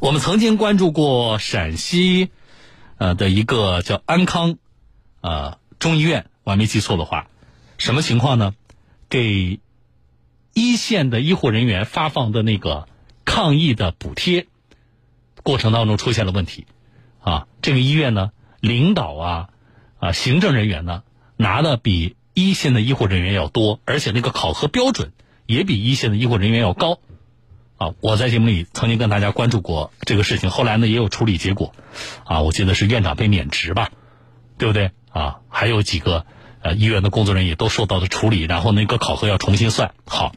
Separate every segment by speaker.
Speaker 1: 我们曾经关注过陕西的一个叫安康中医院，我还没记错的话，什么情况呢？给一线的医护人员发放的那个抗疫的补贴过程当中出现了问题这个医院呢，领导行政人员呢拿的比一线的医护人员要多，而且那个考核标准也比一线的医护人员要高我在节目里曾经跟大家关注过这个事情，后来呢也有处理结果我记得是院长被免职吧，对不对还有几个医院的工作人员也都受到了处理，然后那个考核要重新算。好，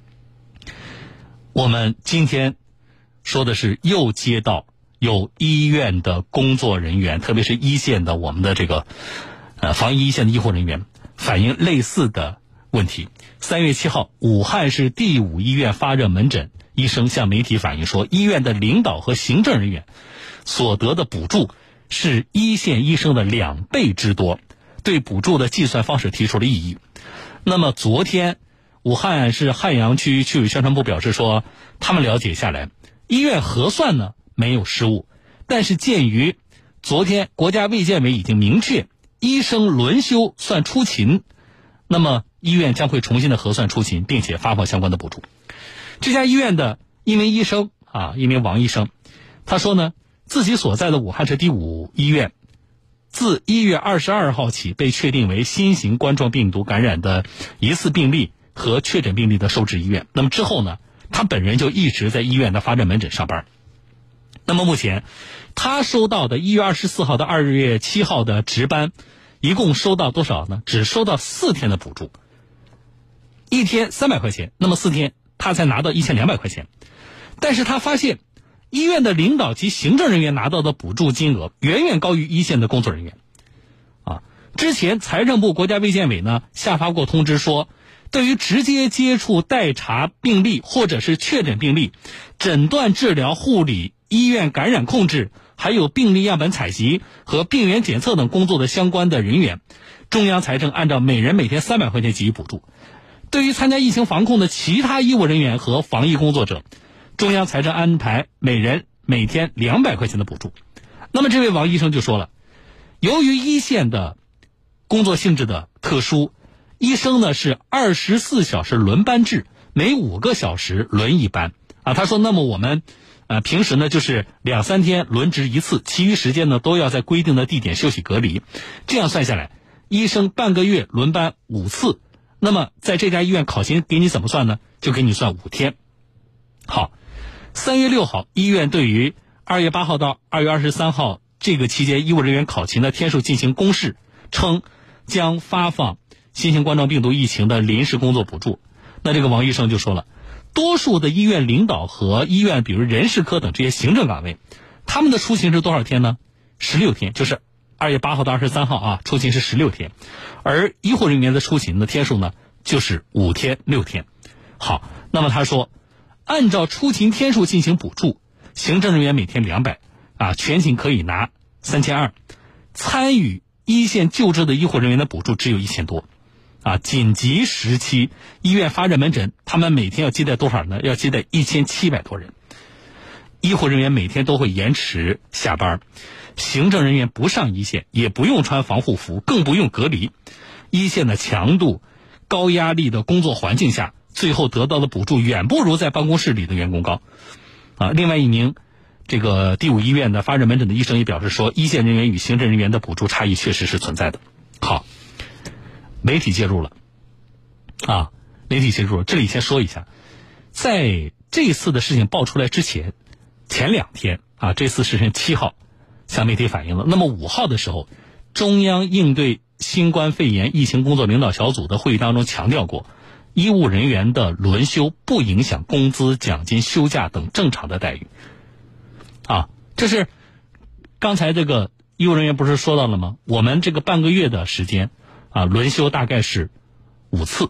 Speaker 1: 我们今天说的是又接到有医院的工作人员，特别是一线的我们的这个防疫一线的医护人员反映类似的问题。3月7号，武汉市第5医院发热门诊医生向媒体反映说，医院的领导和行政人员所得的补助是一线医生的2倍之多，对补助的计算方式提出了异议。那么昨天武汉市汉阳区区委宣传部表示说，他们了解下来，医院核算呢没有失误，但是鉴于昨天国家卫健委已经明确医生轮休算出勤，那么医院将会重新的核算出勤，并且发放相关的补助。这家医院的一名医生一名王医生，他说呢，自己所在的武汉市第5医院自1月22号起被确定为新型冠状病毒感染的疑似病例和确诊病例的收治医院。那么之后呢，他本人就一直在医院的发热门诊上班。那么目前他收到的1月24号到2月7号的值班，一共收到多少呢？只收到4天的补助，一天300块钱，那么4天他才拿到1200块钱。但是他发现医院的领导及行政人员拿到的补助金额远远高于一线的工作人员之前财政部、国家卫健委呢下发过通知说，对于直接接触待查病例或者是确诊病例，诊断治疗、护理、医院感染控制，还有病例样本采集和病原检测等工作的相关的人员，中央财政按照每人每天300块钱给予补助。对于参加疫情防控的其他医务人员和防疫工作者，中央财政安排每人每天200块钱的补助。那么这位王医生就说了，由于一线的工作性质的特殊，医生呢是24小时轮班制，每5个小时轮一班他说，那么我们平时呢就是2-3天轮值一次，其余时间呢都要在规定的地点休息隔离。这样算下来，医生半个月轮班5次，那么在这家医院考勤给你怎么算呢？就给你算5天。好，3月6号，医院对于2月8号到2月23号这个期间医务人员考勤的天数进行公示，称将发放新型冠状病毒疫情的临时工作补助。那这个王医生就说了，多数的医院领导和医院比如人事科等这些行政岗位，他们的出勤是多少天呢？16天，就是2月8号到23号出勤是16天，而医护人员的出勤的天数呢就是5天6天。好，那么他说，按照出勤天数进行补助，行政人员每天200全勤可以拿3200，参与一线救治的医护人员的补助只有1000多紧急时期医院发热门诊他们每天要接待多少呢？要接待1700多人。医护人员每天都会延迟下班，行政人员不上一线，也不用穿防护服，更不用隔离。一线的强度、高压力的工作环境下，最后得到的补助远不如在办公室里的员工高另外一名这个第5医院的发热门诊的医生也表示说，一线人员与行政人员的补助差异确实是存在的。好，媒体介入了媒体介入了。这里先说一下，在这次的事情爆出来之前，前2天这次事情7号向媒体反映了。那么5号的时候，中央应对新冠肺炎疫情工作领导小组的会议当中强调过，医务人员的轮休不影响工资、奖金、休假等正常的待遇这是刚才这个医务人员不是说到了吗？我们这个半个月的时间轮休大概是5次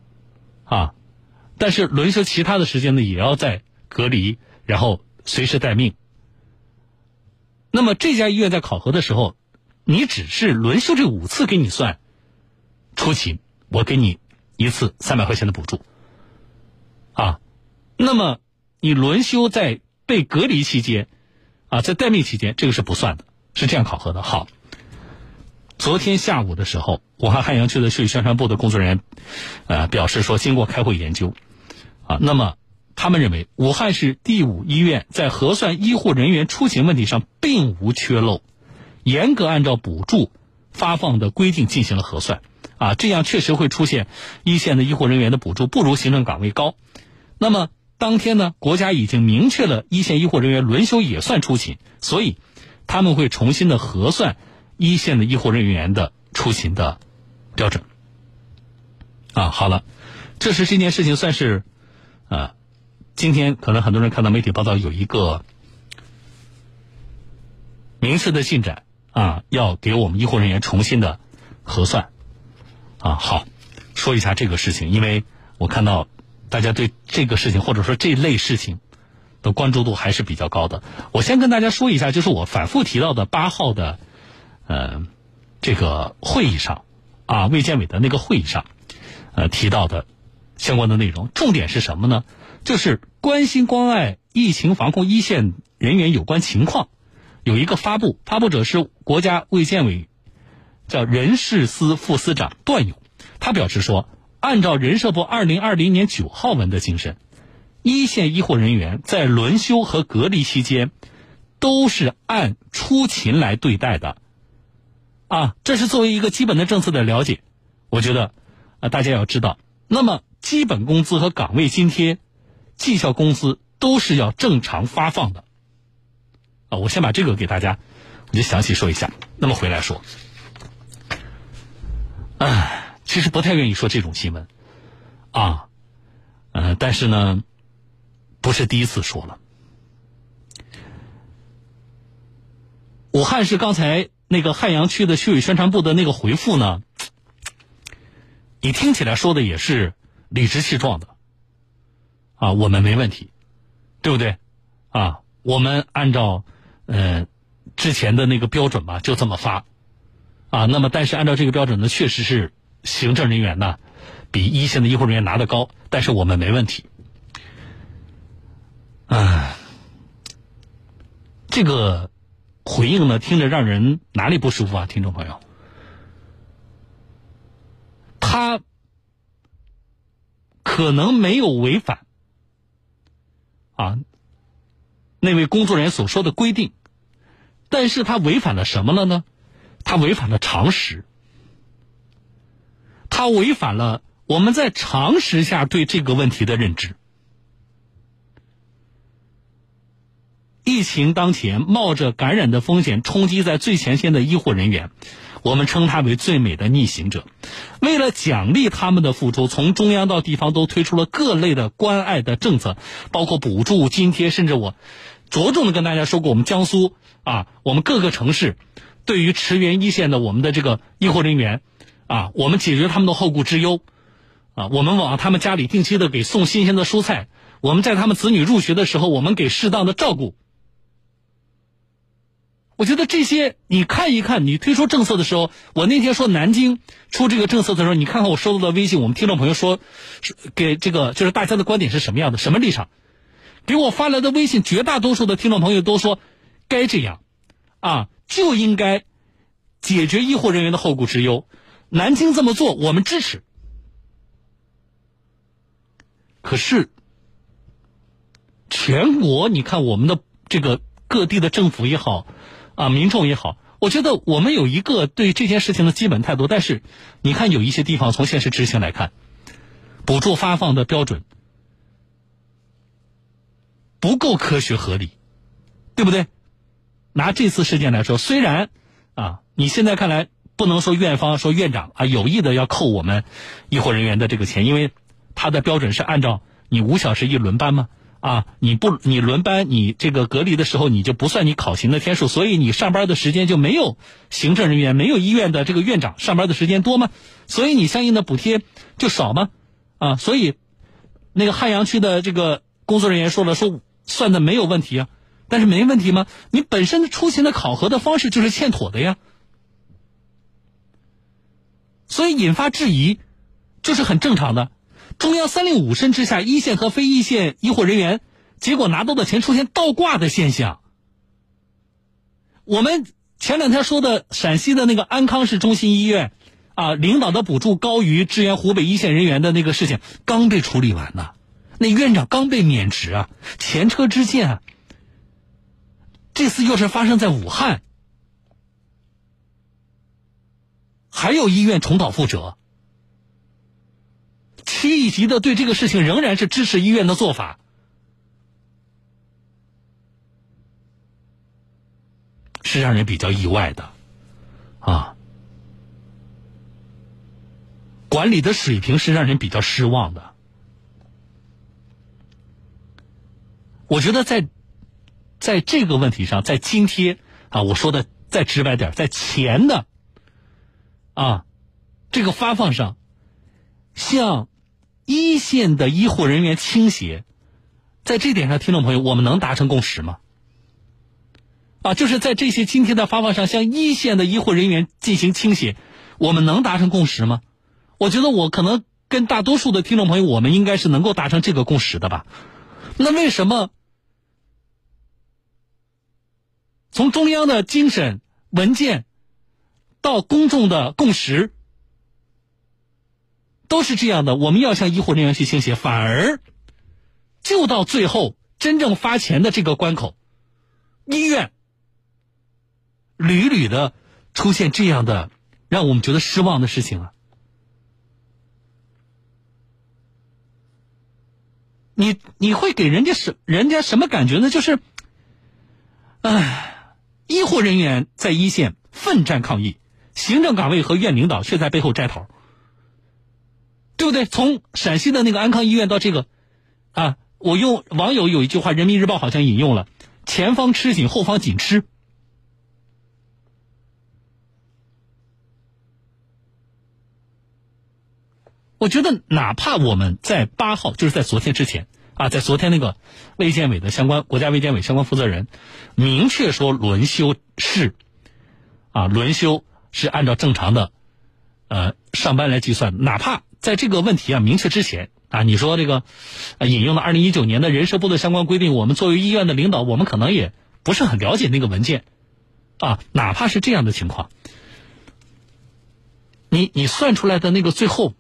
Speaker 1: 但是轮休其他的时间呢也要在隔离，然后随时待命。那么这家医院在考核的时候，你只是轮休这5次给你算出勤，我给你一次300块钱的补助那么你轮休在被隔离期间， 在待命期间这个是不算的，是这样考核的。好，昨天下午的时候，武汉汉阳区的市委宣传部的工作人员表示说，经过开会研究那么他们认为武汉市第5医院在核算医护人员出勤问题上并无缺漏，严格按照补助发放的规定进行了核算这样确实会出现一线的医护人员的补助不如行政岗位高。那么当天呢，国家已经明确了一线医护人员轮休也算出勤，所以他们会重新的核算一线的医护人员的出勤的标准好了，这是这件事情算是今天可能很多人看到媒体报道有一个明确的进展要给我们医护人员重新的核算好，说一下这个事情，因为我看到大家对这个事情或者说这类事情的关注度还是比较高的。我先跟大家说一下，就是我反复提到的8号的这个会议上卫健委的那个会议上提到的相关的内容，重点是什么呢？就是关心关爱疫情防控一线人员有关情况有一个发布者是国家卫健委叫人事司副司长段勇，他表示说，按照人社部2020年9号文的精神，一线医护人员在轮休和隔离期间都是按出勤来对待的这是作为一个基本的政策的了解，我觉得大家要知道。那么基本工资和岗位津贴、绩效工资都是要正常发放的我先把这个给大家我就详细说一下。那么回来说其实不太愿意说这种新闻但是呢不是第一次说了。武汉市刚才那个汉阳区的区委宣传部的那个回复呢，你听起来说的也是理直气壮的我们没问题，对不对我们按照之前的那个标准吧，就这么发那么但是按照这个标准呢，确实是行政人员呢比一线的医护人员拿得高，但是我们没问题这个回应呢听着让人哪里不舒服听众朋友。他可能没有违反那位工作人员所说的规定，但是他违反了什么了呢？他违反了常识，他违反了我们在常识下对这个问题的认知。疫情当前，冒着感染的风险冲击在最前线的医护人员，我们称他为最美的逆行者。为了奖励他们的付出，从中央到地方都推出了各类的关爱的政策，包括补助、津贴，甚至我着重的跟大家说过，我们江苏我们各个城市对于驰援一线的我们的这个医护人员我们解决他们的后顾之忧我们往他们家里定期的给送新鲜的蔬菜，我们在他们子女入学的时候，我们给适当的照顾。我觉得这些你看一看，你推出政策的时候，我那天说南京出这个政策的时候，你看看我收到的微信，我们听众朋友说给这个就是大家的观点是什么样的，什么立场，给我发来的微信绝大多数的听众朋友都说该这样就应该解决医护人员的后顾之忧，南京这么做我们支持。可是全国你看我们的这个各地的政府也好民众也好，我觉得我们有一个对这件事情的基本态度，但是你看有一些地方从现实执行来看，补助发放的标准不够科学合理，对不对？拿这次事件来说，虽然你现在看来不能说院方说院长有意的要扣我们医护人员的这个钱，因为他的标准是按照你5小时一轮班嘛你轮班，你这个隔离的时候你就不算你考勤的天数，所以你上班的时间就没有行政人员没有医院的这个院长上班的时间多吗？所以你相应的补贴就少吗？所以那个汉阳区的这个工作人员说了，说算的没有问题但是没问题吗？你本身的出勤的考核的方式就是欠妥的呀，所以引发质疑就是很正常的。中央3令5申之下，一线和非一线医护人员结果拿到的钱出现倒挂的现象， 我们前2天说的陕西的那个安康市中心医院啊，领导的补助高于支援湖北一线人员的那个事情刚被处理完呢，那院长刚被免职啊，前车之鉴啊。这次又是发生在武汉，还有医院重蹈覆辙。7级的对这个事情仍然是支持医院的做法，是让人比较意外的啊。管理的水平是让人比较失望的。我觉得在这个问题上，在津贴啊，我说的再直白点，在钱的啊这个发放上，向一线的医护人员倾斜，在这点上，听众朋友，我们能达成共识吗？啊，就是在这些津贴的发放上，向一线的医护人员进行倾斜，我们能达成共识吗？我觉得我可能跟大多数的听众朋友，我们应该是能够达成这个共识的吧。那为什么从中央的精神文件到公众的共识都是这样的，我们要向医护人员去倾斜，反而就到最后真正发钱的这个关口，医院屡屡的出现这样的让我们觉得失望的事情啊。你会给人家什么感觉呢？就是医护人员在一线奋战抗疫，行政岗位和院领导却在背后摘头，对不对？从陕西的那个安康医院到这个啊，我用网友有一句话，人民日报好像引用了，前方吃紧，后方紧吃。我觉得哪怕我们在8号，就是在昨天之前啊，在昨天那个卫健委的国家卫健委相关负责人明确说轮休是按照正常的上班来计算，哪怕在这个问题明确之前啊，你说这个引用了2019年的人社部的相关规定，我们作为医院的领导，我们可能也不是很了解那个文件啊，哪怕是这样的情况，你算出来的那个最后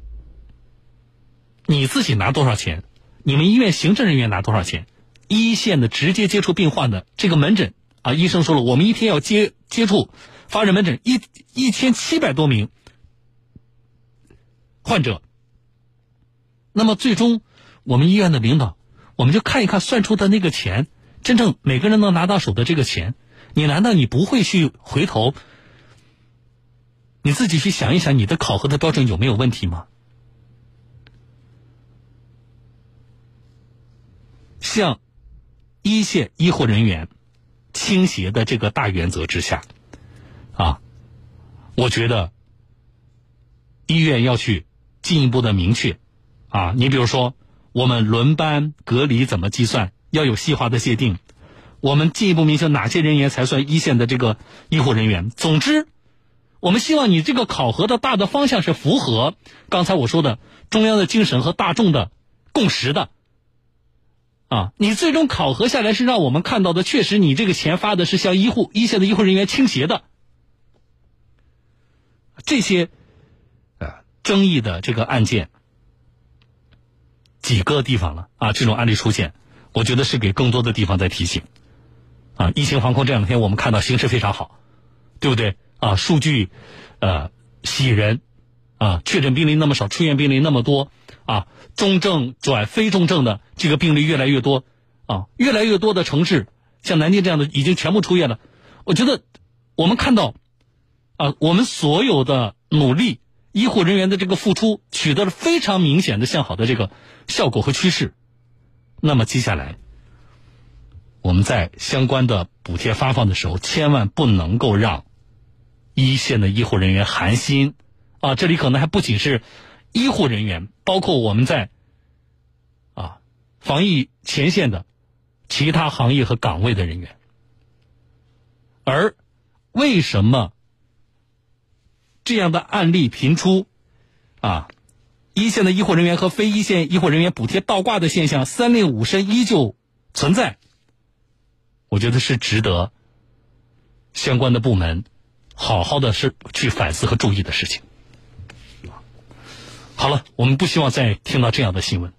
Speaker 1: 你自己拿多少钱，你们医院行政人员拿多少钱，一线的直接接触病患的这个门诊啊，医生说了，我们一天要接触发热门诊1700多名患者，那么最终我们医院的领导，我们就看一看算出的那个钱，真正每个人能拿到手的这个钱，你难道你不会去回头你自己去想一想，你的考核的标准有没有问题吗？向一线医护人员倾斜的这个大原则之下啊，我觉得医院要去进一步的明确啊，你比如说我们轮班隔离怎么计算，要有细化的界定，我们进一步明确哪些人员才算一线的这个医护人员。总之我们希望你这个考核的大的方向是符合刚才我说的中央的精神和大众的共识的啊，你最终考核下来是让我们看到的，确实你这个钱发的是向一线的医护人员倾斜的。这些争议的这个案件几个地方了啊，这种案例出现，我觉得是给更多的地方在提醒啊。疫情防控这2天我们看到形势非常好，对不对啊？数据喜人啊，确诊病例那么少，出院病例那么多啊，重症转非重症的这个病例越来越多啊，越来越多的城市像南京这样的已经全部出院了。我觉得我们看到啊，我们所有的努力，医护人员的这个付出取得了非常明显的向好的这个效果和趋势。那么接下来我们在相关的补贴发放的时候，千万不能够让一线的医护人员寒心啊，这里可能还不仅是医护人员，包括我们在防疫前线的其他行业和岗位的人员。而为什么这样的案例频出啊，一线的医护人员和非一线医护人员补贴倒挂的现象三令五申依旧存在，我觉得是值得相关的部门好好的是去反思和注意的事情。好了，我们不希望再听到这样的新闻。